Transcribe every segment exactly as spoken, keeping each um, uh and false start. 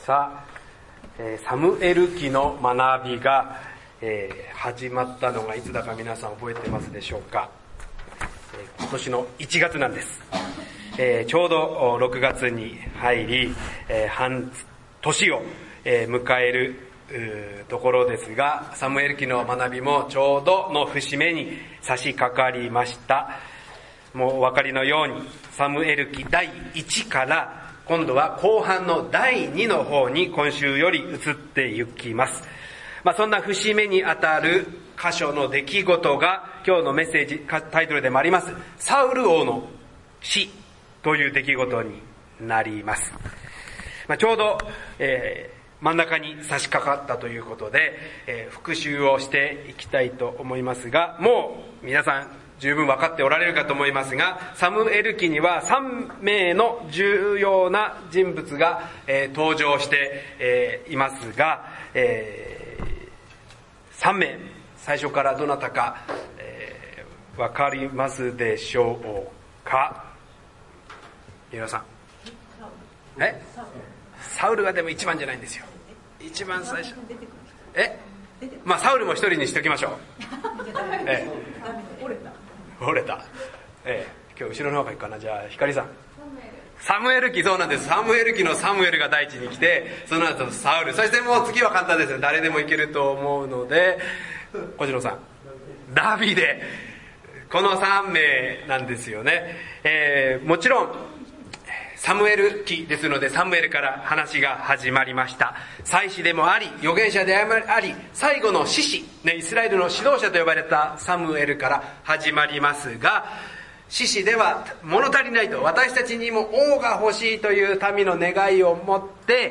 さあ、えー、サムエル記の学びが、えー、始まったのがいつだか皆さん覚えてますでしょうか。えー、今年のいちがつなんです。えー、ちょうどろくがつに入り、えー、半年を、えー、迎えるところですが、サムエル記の学びもちょうどの節目に差し掛かりました。もうお分かりのように、サムエル記だいいちから今度は後半のだいにの方に今週より移っていきます。まあ、そんな節目にあたる箇所の出来事が今日のメッセージタイトルでもありますサウル王の死という出来事になります。まあ、ちょうど、えー、真ん中に差し掛かったということで、えー、復習をしていきたいと思いますが、もう皆さん十分分かっておられるかと思いますが、サムエル記にはさんめいの重要な人物が、えー、登場して、えー、いますが、えー、さんめい最初からどなたか、えー、分かりますでしょうか。皆さん、えサウルがでも一番じゃないんですよ。一番最初、えまあサウルも一人にしておきましょう。ええ、折れた折れた、ええ、今日後ろの方がいいかな。じゃあひかりさん。サムエル記、そうなんです。サムエル記のサムエルが第一に来て、その後サウル、そしてもう次は簡単ですよ。誰でもいけると思うので、小次郎さん、ダビデ、このさんめいなんですよね。えー、もちろんサムエル記ですので、サムエルから話が始まりました。祭司でもあり、預言者であり、最後の獅子、ね、イスラエルの指導者と呼ばれたサムエルから始まりますが、獅子では物足りないと、私たちにも王が欲しいという民の願いを持って、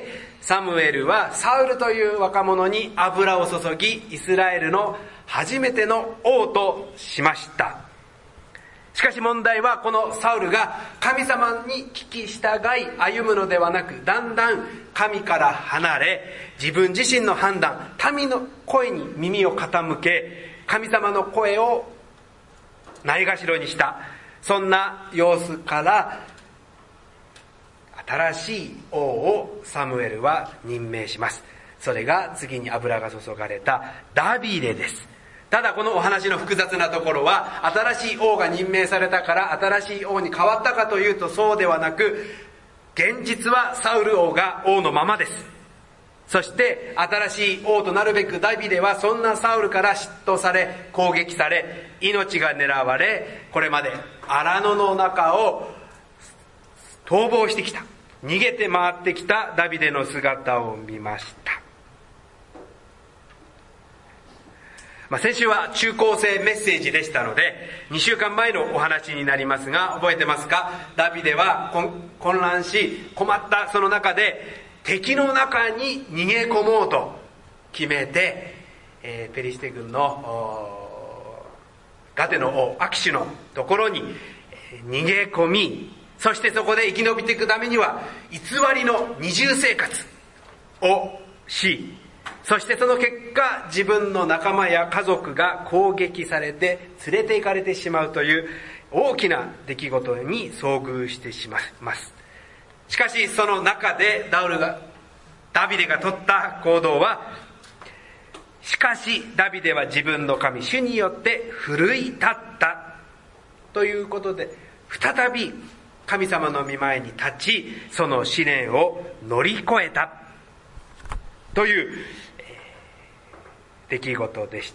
サムエルはサウルという若者に油を注ぎ、イスラエルの初めての王としました。しかし問題は、このサウルが神様に聞き従い歩むのではなく、だんだん神から離れ、自分自身の判断、民の声に耳を傾け、神様の声をないがしろにした。そんな様子から、新しい王をサムエルは任命します。それが次に油が注がれたダビデです。ただこのお話の複雑なところは、新しい王が任命されたから新しい王に変わったかというとそうではなく、現実はサウル王が王のままです。そして新しい王となるべくダビデはそんなサウルから嫉妬され、攻撃され、命が狙われ、これまで荒野の中を逃亡してきた、逃げて回ってきたダビデの姿を見ました。まあ、先週は中高生メッセージでしたので、にしゅうかんまえのお話になりますが、覚えてますか？ダビデは混乱し、困ったその中で、敵の中に逃げ込もうと決めて、えー、ペリシテ軍のガテの王アキシュのところに逃げ込み、そしてそこで生き延びていくためには、偽りの二重生活をし、そしてその結果、自分の仲間や家族が攻撃されて連れて行かれてしまうという大きな出来事に遭遇してしまいます。しかしその中でダウルが、ダビデが取った行動は、しかしダビデは自分の神、主によって奮い立ったということで、再び神様の御前に立ち、その試練を乗り越えたという出来事でした。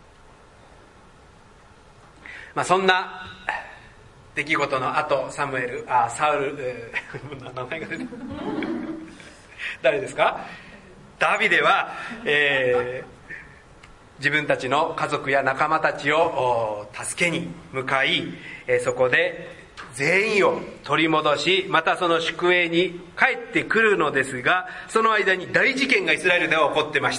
まあそんな出来事の後、サムエル、あ、サウル、えー、名前が出て誰ですか？ダビデは、えー、自分たちの家族や仲間たちを助けに向かい、えー、そこで全員を取り戻し、またその宿営に帰ってくるのですが、その間に大事件がイスラエルでは起こってました。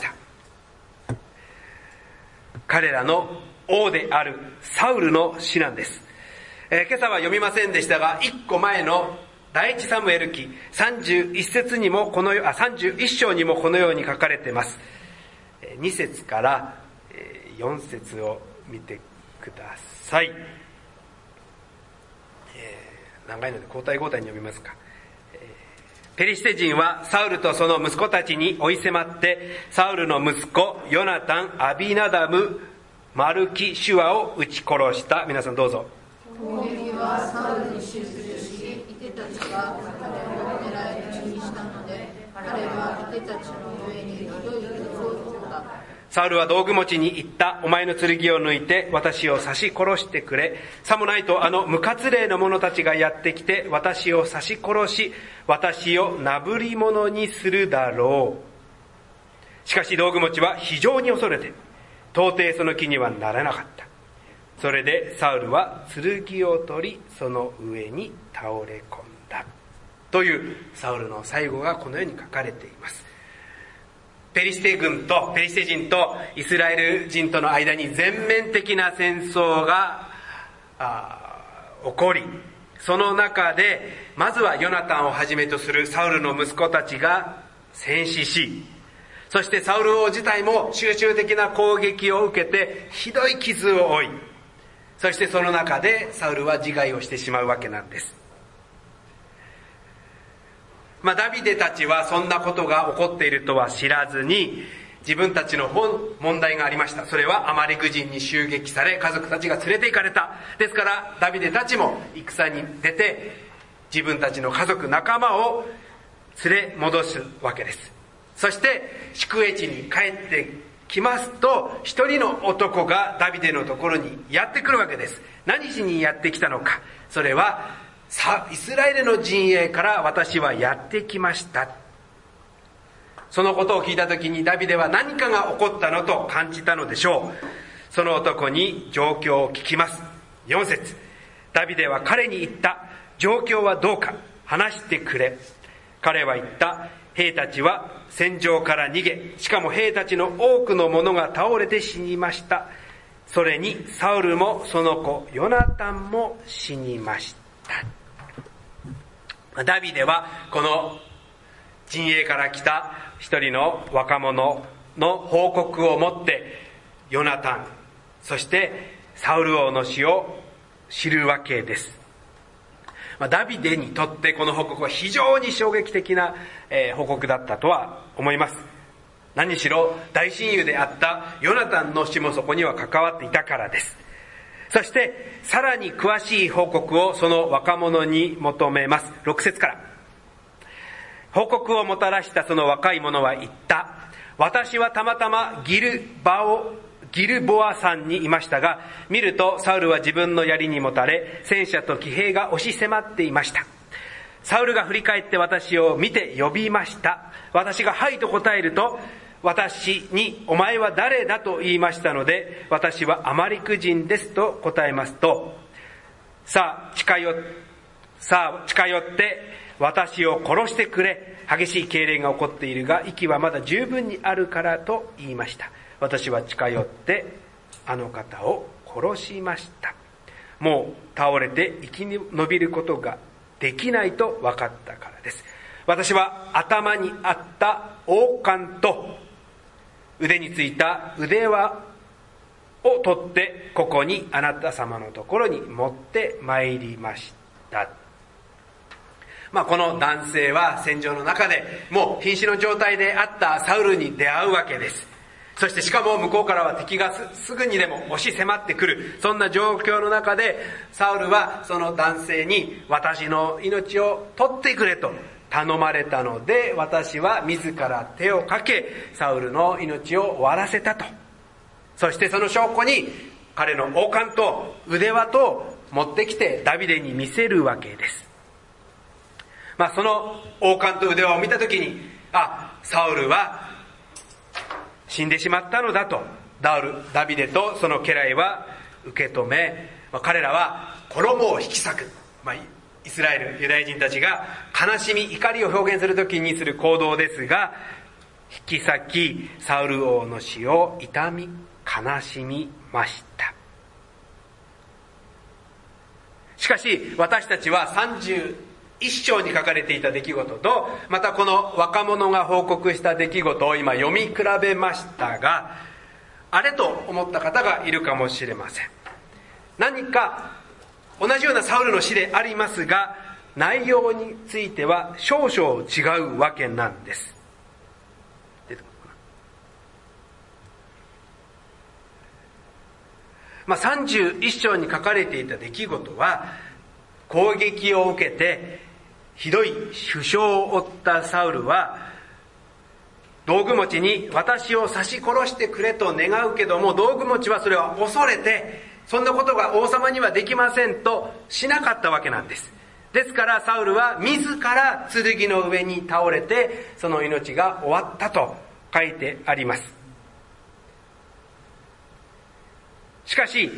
彼らの王であるサウルの死なんです。えー、今朝は読みませんでしたが、一個前の第一サムエル記さんじゅういっせつにもこのよ、あ、さんじゅういっしょうにもこのように書かれています。にせつからよんせつを見てください。えー、長いので交代交代に読みますか。えーペリシテ人はサウルとその息子たちに追い迫って、サウルの息子ヨナタン、アビナダム、マルキシュアを撃ち殺した。皆さんどうぞ。 攻撃はサウルに集中し、イテたちが彼を狙い撃ちにしたので、彼はイテたちの上にひどい傷を負った。 サウルは道具持ちに言った。お前の剣を抜いて私を刺し殺してくれ。さもないとあの無活霊の者たちがやってきて私を刺し殺し、私をなぶり者にするだろう。しかし道具持ちは非常に恐れて、到底その気にはならなかった。それでサウルは剣を取り、その上に倒れ込んだ。というサウルの最後がこのように書かれています。ペリシテ軍とペリシテ人とイスラエル人との間に全面的な戦争が起こり、その中でまずはヨナタンをはじめとするサウルの息子たちが戦死し、そしてサウル王自体も集中的な攻撃を受けてひどい傷を負い、そしてその中でサウルは自害をしてしまうわけなんです。まあ、ダビデたちはそんなことが起こっているとは知らずに、自分たちの問題がありました。それはアマレク人に襲撃され、家族たちが連れて行かれた。ですからダビデたちも戦に出て、自分たちの家族仲間を連れ戻すわけです。そして宿営地に帰ってきますと、一人の男がダビデのところにやってくるわけです。何しにやってきたのか。それはさイスラエルの陣営から私はやってきました。そのことを聞いたときにダビデは何かが起こったのと感じたのでしょう。その男に状況を聞きます。よん節、ダビデは彼に言った。状況はどうか話してくれ。彼は言った。兵たちは戦場から逃げ、しかも兵たちの多くの者が倒れて死にました。それにサウルもその子ヨナタンも死にました。ダビデはこの陣営から来た一人の若者の報告をもってヨナタン、そしてサウル王の死を知るわけです。ダビデにとってこの報告は非常に衝撃的な報告だったとは思います。何しろ大親友であったヨナタンの死もそこには関わっていたからです。そしてさらに詳しい報告をその若者に求めます。ろく節から。報告をもたらしたその若い者は言った。私はたまたまギルバオギルボア山にいましたが、見るとサウルは自分の槍にもたれ、戦車と騎兵が押し迫っていました。サウルが振り返って私を見て呼びました。私がはいと答えると、私にお前は誰だと言いましたので、私はアマリク人ですと答えますと、さあ近寄さあ近寄って私を殺してくれ。激しい痙攣が起こっているが息はまだ十分にあるからと言いました。私は近寄ってあの方を殺しました。もう倒れて生き延びることができないと分かったからです。私は頭にあった王冠と腕についた腕輪を取ってここにあなた様のところに持って参りました。まあ、この男性は戦場の中でもう瀕死の状態であったサウルに出会うわけです。そしてしかも向こうからは敵が す, すぐにでも押し迫ってくる、そんな状況の中でサウルはその男性に私の命を取ってくれと頼まれたので、私は自ら手をかけサウルの命を終わらせたと。そしてその証拠に彼の王冠と腕輪と持ってきてダビデに見せるわけです。まあ、その王冠と腕輪を見たときに、あ、サウルは死んでしまったのだとダウルダビデとその家来は受け止め、まあ、彼らは衣を引き裂く、まあ、イスラエルユダヤ人たちが悲しみ怒りを表現するときにする行動ですが、引き裂きサウル王の死を痛み悲しみました。しかし私たちはさんじゅういっ章に書かれていた出来事と、またこの若者が報告した出来事を今読み比べましたが、あれと思った方がいるかもしれません。何か同じようなサウルの死でありますが、 内容については少々違うわけなんです。出てくるかな。まあ、さんじゅういっ章に書かれていた出来事は、攻撃を受けてひどい負傷を負ったサウルは、道具持ちに私を刺し殺してくれと願うけども、道具持ちはそれは恐れて、そんなことが王様にはできませんとしなかったわけなんです。ですからサウルは自ら剣の上に倒れて、その命が終わったと書いてあります。しかし、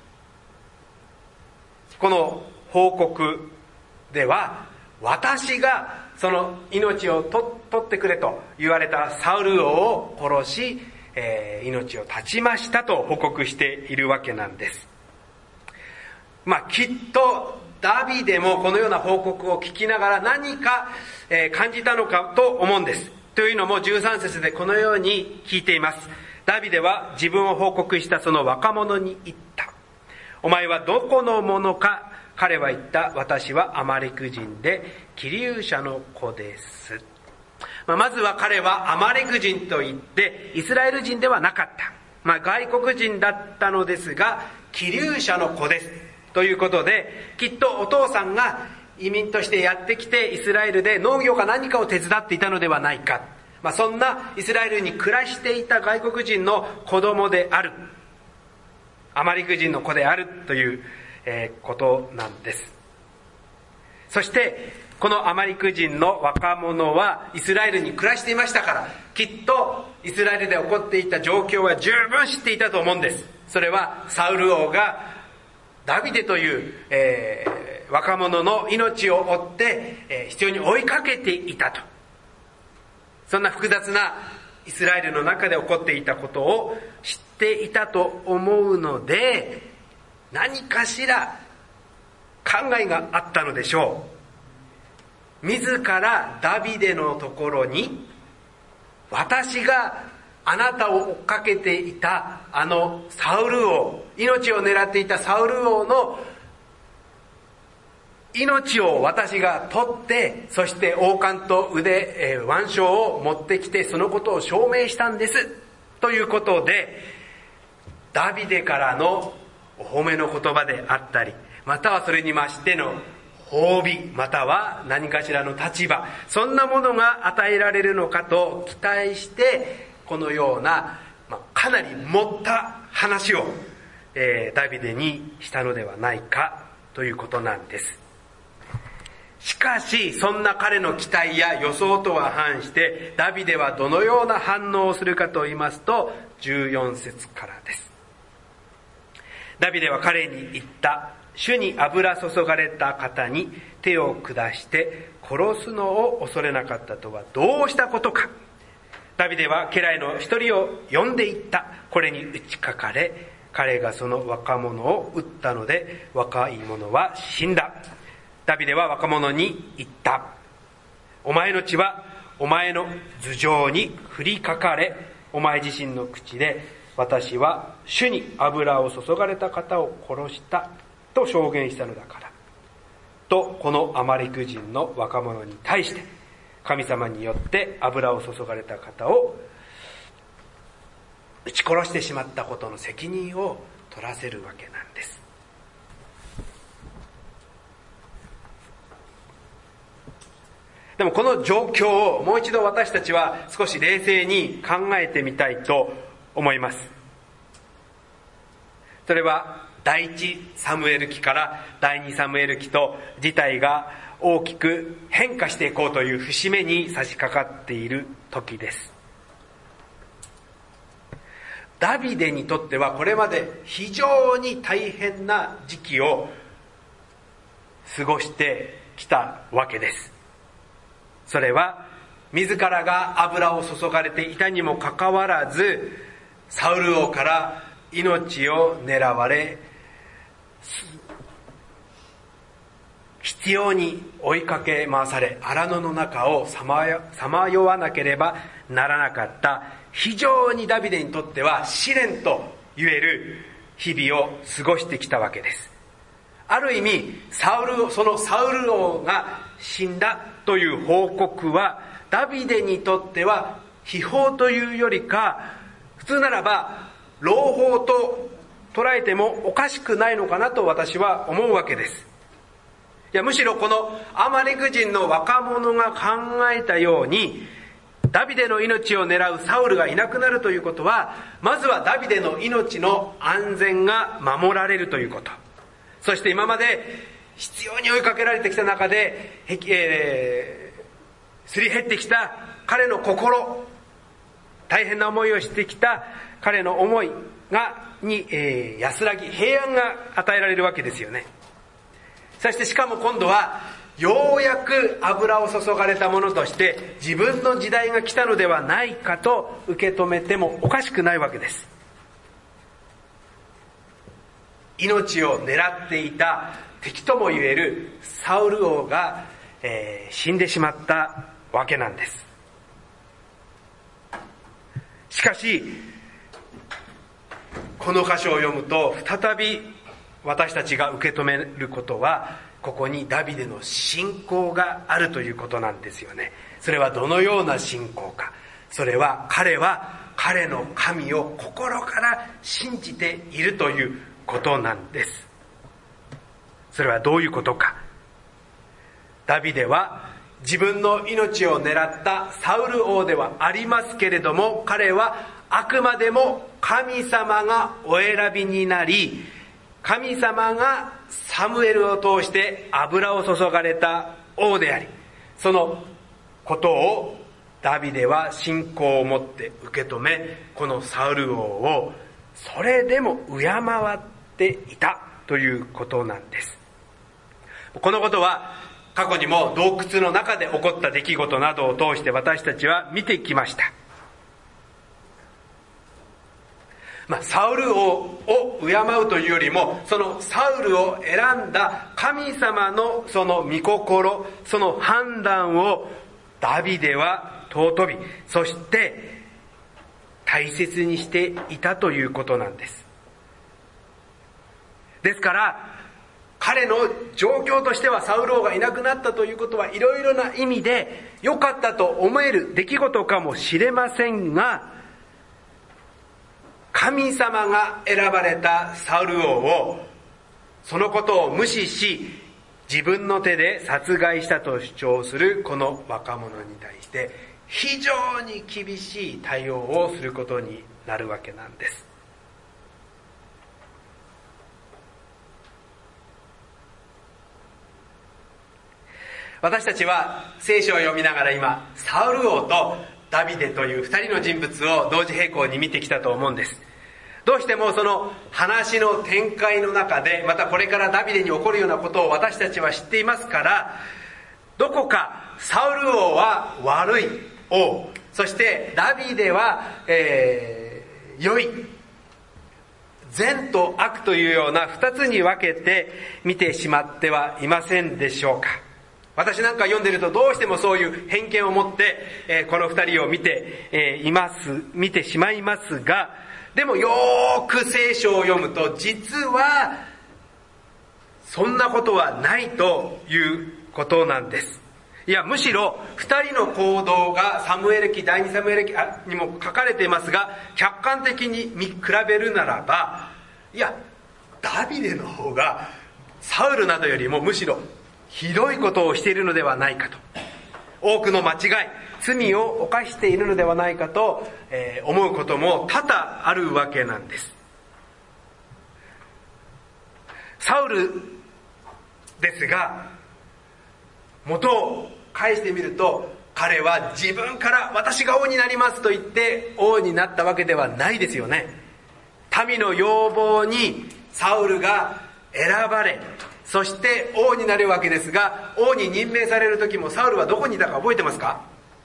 この報告では、私がその命をと取ってくれと言われたサウル王を殺し、えー、命を絶ちましたと報告しているわけなんです。まあきっとダビデもこのような報告を聞きながら何か、えー、感じたのかと思うんです。というのもじゅうさん節でこのように聞いています。ダビデは自分を報告したその若者に言った。お前はどこの者か。彼は言った。私はアマレク人でキリューシャの子です。まあ、まずは彼はアマレク人と言ってイスラエル人ではなかった。まあ、外国人だったのですがキリューシャの子です。ということで、きっとお父さんが移民としてやってきてイスラエルで農業か何かを手伝っていたのではないか。まあ、そんなイスラエルに暮らしていた外国人の子供である。アマレク人の子であるというえー、ことなんです。そしてこのアマリク人の若者はイスラエルに暮らしていましたから、きっとイスラエルで起こっていた状況は十分知っていたと思うんです。それはサウル王がダビデという、えー、若者の命を追って、えー、必要に追いかけていたと。そんな複雑なイスラエルの中で起こっていたことを知っていたと思うので、何かしら考えがあったのでしょう。自らダビデのところに、私があなたを追っかけていたあのサウル王、命を狙っていたサウル王の命を私が取って、そして王冠と腕、えー、腕章を持ってきて、そのことを証明したんですということで、ダビデからのお褒めの言葉であったり、またはそれに増しての褒美、または何かしらの立場、そんなものが与えられるのかと期待して、このような、まあ、かなり盛った話を、えー、ダビデにしたのではないかということなんです。しかしそんな彼の期待や予想とは反して、ダビデはどのような反応をするかと言いますと、じゅうよん節からです。ダビデは彼に言った。主に油注がれた方に手を下して殺すのを恐れなかったとはどうしたことか。ダビデは家来の一人を呼んでいった。これに打ちかかれ、彼がその若者を撃ったので、若い者は死んだ。ダビデは若者に言った。お前の血はお前の頭上に降りかかれ、お前自身の口で私は主に油を注がれた方を殺したと証言したのだから。と、このアマレク人の若者に対して、神様によって油を注がれた方を撃ち殺してしまったことの責任を取らせるわけなんです。でもこの状況をもう一度私たちは少し冷静に考えてみたいと思います。それは第一サムエル記から第二サムエル記と事態が大きく変化していこうという節目に差し掛かっている時です。ダビデにとってはこれまで非常に大変な時期を過ごしてきたわけです。それは自らが油を注がれていたにもかかわらず、サウル王から命を狙われ、必要に追いかけ回され、荒野の中をさまよ、さまよわなければならなかった非常にダビデにとっては試練と言える日々を過ごしてきたわけです。 ある意味サウルそのサウル王が死んだという報告はダビデにとっては秘宝というよりか、普通ならば朗報と捉えてもおかしくないのかなと私は思うわけです。いや、むしろこのアマレク人の若者が考えたように、ダビデの命を狙うサウルがいなくなるということは、まずはダビデの命の安全が守られるということ。そして今まで必要に追いかけられてきた中で、えー、すり減ってきた彼の心、大変な思いをしてきた彼の思いがに、えー、安らぎ、平安が与えられるわけですよね。そしてしかも今度はようやく油を注がれたものとして自分の時代が来たのではないかと受け止めてもおかしくないわけです。命を狙っていた敵とも言えるサウル王が、えー、死んでしまったわけなんです。しかしこの箇所を読むと再び私たちが受け止めることは、ここにダビデの信仰があるということなんですよね。それはどのような信仰か。それは彼は彼の神を心から信じているということなんです。それはどういうことか。ダビデは自分の命を狙ったサウル王ではありますけれども、彼はあくまでも神様がお選びになり、神様がサムエルを通して油を注がれた王であり、そのことをダビデは信仰を持って受け止め、このサウル王をそれでも敬っていたということなんです。このことは過去にも洞窟の中で起こった出来事などを通して私たちは見てきました。まあ、サウル王を敬うというよりも、そのサウルを選んだ神様のその御心、その判断をダビデは尊び、そして大切にしていたということなんです。ですから彼の状況としてはサウル王がいなくなったということはいろいろな意味で良かったと思える出来事かもしれませんが、神様が選ばれたサウル王をそのことを無視し自分の手で殺害したと主張するこの若者に対して非常に厳しい対応をすることになるわけなんです。私たちは聖書を読みながら今サウル王とダビデという二人の人物を同時並行に見てきたと思うんです。どうしてもその話の展開の中で、またこれからダビデに起こるようなことを私たちは知っていますから、どこかサウル王は悪い王、そしてダビデは、えー、良い、善と悪というような二つに分けて見てしまってはいませんでしょうか。私なんか読んでるとどうしてもそういう偏見を持って、えー、この二人を見て、えー、います、見てしまいますが、でもよーく聖書を読むと実はそんなことはないということなんです。いや、むしろ二人の行動がサムエル記、第二サムエル記にも書かれていますが、客観的に見比べるならば、いや、ダビデの方がサウルなどよりもむしろひどいことをしているのではないかと、多くの間違い、罪を犯しているのではないかと、えー、思うことも多々あるわけなんです。サウルですが、元を返してみると、彼は自分から私が王になりますと言って王になったわけではないですよね。民の要望にサウルが選ばれ、そして王になるわけですが、王に任命される時もサウルはどこにいたか覚えてますか？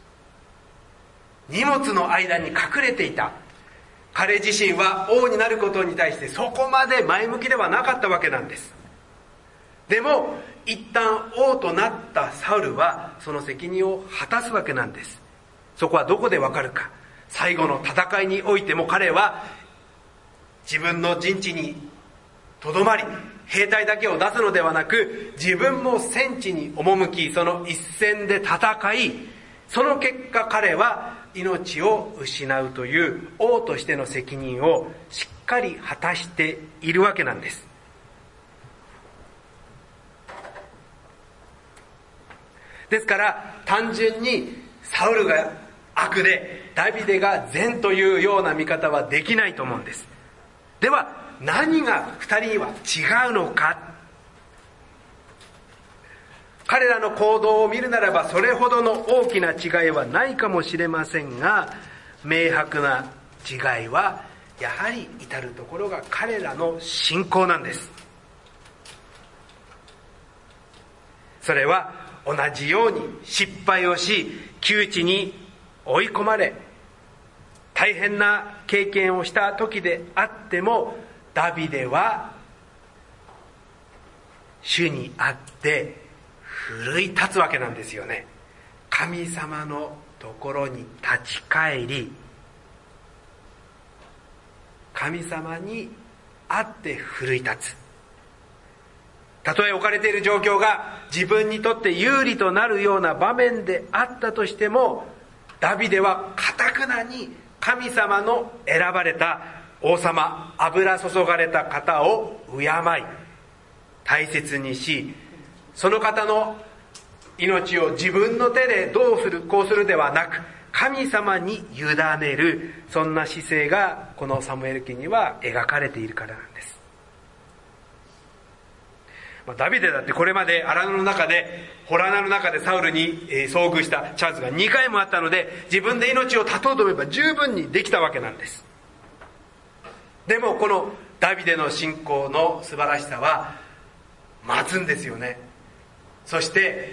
荷物の間に隠れていた。彼自身は王になることに対してそこまで前向きではなかったわけなんです。でも一旦王となったサウルはその責任を果たすわけなんです。そこはどこでわかるか。最後の戦いにおいても彼は自分の陣地にとどまり、兵隊だけを出すのではなく、自分も戦地に赴き、その一戦で戦い、その結果彼は命を失うという王としての責任をしっかり果たしているわけなんです。ですから単純にサウルが悪でダビデが善というような見方はできないと思うんです。では何が二人には違うのか。彼らの行動を見るならばそれほどの大きな違いはないかもしれませんが、明白な違いはやはり至るところが彼らの信仰なんです。それは同じように失敗をし、窮地に追い込まれ、大変な経験をした時であっても、ダビデは主にあって奮い立つわけなんですよね。神様のところに立ち返り、神様にあって奮い立つ。たとえ置かれている状況が自分にとって有利となるような場面であったとしても、ダビデは堅くなに神様の選ばれた王様、油注がれた方を敬い大切にし、その方の命を自分の手でどうするこうするではなく、神様に委ねる、そんな姿勢がこのサムエル記には描かれているからなんです。ダビデだってこれまで荒野の中で、洞穴の中でサウルに遭遇したチャンスがにかいもあったので、自分で命を絶とうと思えば十分にできたわけなんです。でもこのダビデの信仰の素晴らしさは待つんですよね。そして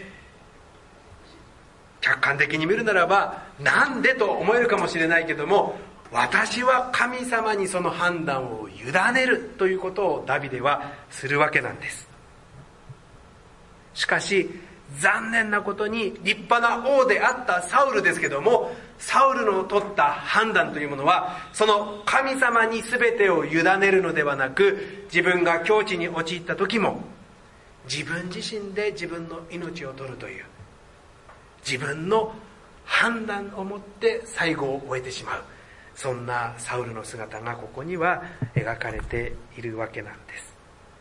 客観的に見るならば、なんでと思えるかもしれないけども、私は神様にその判断を委ねるということをダビデはするわけなんです。しかし残念なことに立派な王であったサウルですけども、サウルの取った判断というものは、その神様に全てを委ねるのではなく、自分が境地に陥った時も自分自身で自分の命を取るという、自分の判断をもって最後を終えてしまう、そんなサウルの姿がここには描かれているわけなんです。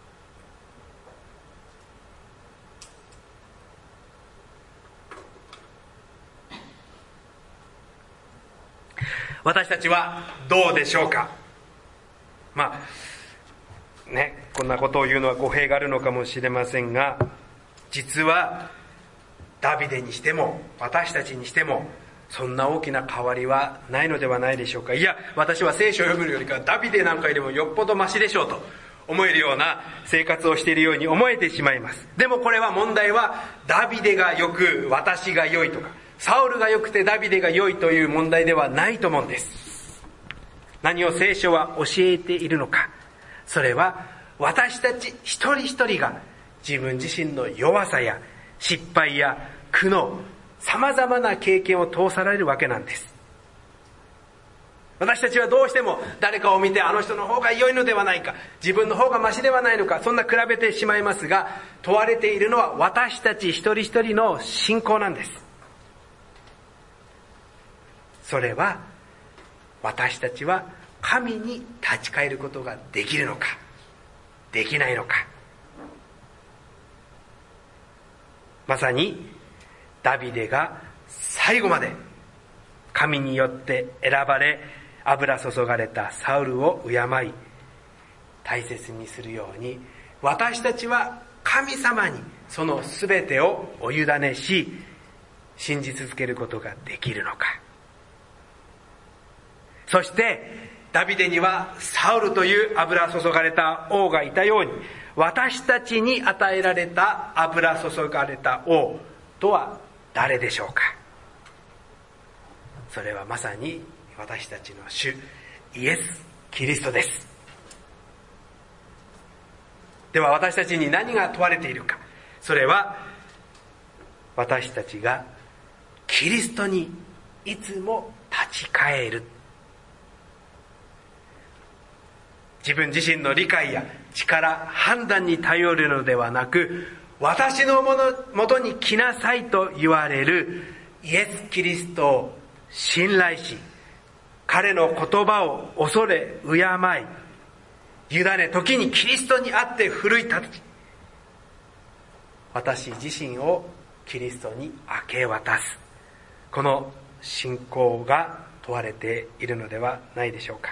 私たちはどうでしょうか。まあね、こんなことを言うのは語弊があるのかもしれませんが、実はダビデにしても私たちにしてもそんな大きな変わりはないのではないでしょうか。いや、私は聖書を読むよりかダビデなんかよりもよっぽどマシでしょうと思えるような生活をしているように思えてしまいます。でもこれは問題はダビデが良く私が良いとか、サウルが良くてダビデが良いという問題ではないと思うんです。何を聖書は教えているのか。それは私たち一人一人が自分自身の弱さや失敗や苦悩、様々な経験を通されるわけなんです。私たちはどうしても誰かを見て、あの人の方が良いのではないか、自分の方がマシではないのか、そんな比べてしまいますが、問われているのは私たち一人一人の信仰なんです。それは私たちは神に立ち返ることができるのかできないのか。まさにダビデが最後まで神によって選ばれ油注がれたサウルを敬い大切にするように、私たちは神様にその全てをお委ねし信じ続けることができるのか。そしてダビデにはサウルという油注がれた王がいたように、私たちに与えられた油注がれた王とは誰でしょうか。それはまさに私たちの主イエス・キリストです。では私たちに何が問われているか。それは私たちがキリストにいつも立ち返る。自分自身の理解や力、判断に頼るのではなく、私のもとに来なさいと言われるイエス・キリストを信頼し、彼の言葉を恐れ敬い、委ね、時にキリストにあって奮い立ち、私自身をキリストに明け渡す、この信仰が問われているのではないでしょうか。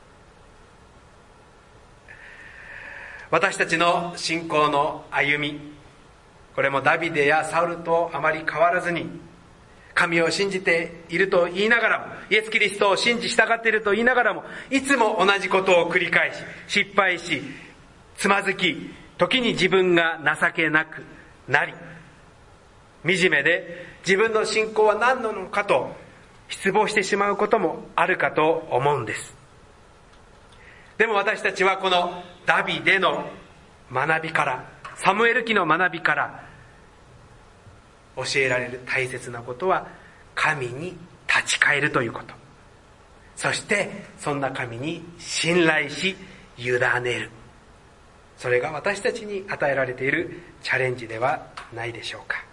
私たちの信仰の歩み、これもダビデやサウルとあまり変わらずに、神を信じていると言いながらも、イエス・キリストを信じ従っていると言いながらも、いつも同じことを繰り返し、失敗し、つまずき、時に自分が情けなくなり、惨めで自分の信仰は何なのかと失望してしまうこともあるかと思うんです。でも私たちはこのダビデの学びから、サムエル記の学びから教えられる大切なことは、神に立ち返るということ。そしてそんな神に信頼し委ねる。それが私たちに与えられているチャレンジではないでしょうか。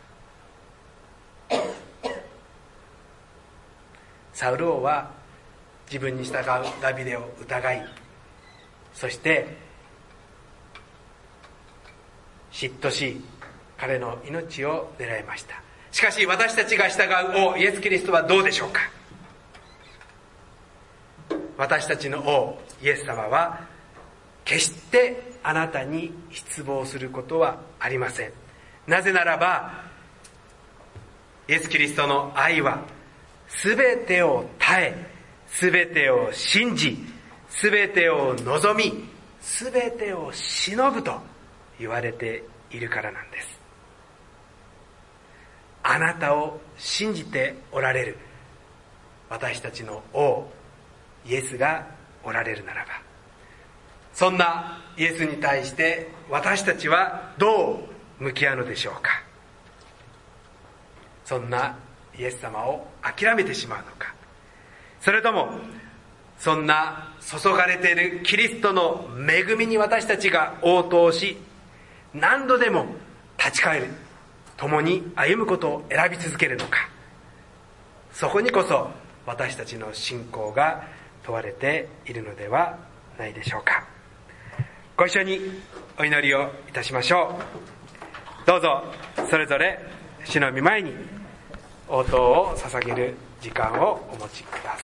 サウル王は自分に従うダビデを疑い、そして嫉妬し、彼の命を狙いました。しかし私たちが従う王イエス・キリストはどうでしょうか。私たちの王イエス様は決してあなたに失望することはありません。なぜならばイエス・キリストの愛はすべてを耐え、すべてを信じ、すべてを望み、すべてを忍ぶと言われているからなんです。あなたを信じておられる私たちの王イエスがおられるならば、そんなイエスに対して私たちはどう向き合うのでしょうか。そんなイエス様を諦めてしまうのか、それともそんな注がれているキリストの恵みに私たちが応答し、何度でも立ち返る、共に歩むことを選び続けるのか。そこにこそ私たちの信仰が問われているのではないでしょうか。ご一緒にお祈りをいたしましょう。どうぞそれぞれ主の御前に応答を捧げる時間をお持ちください。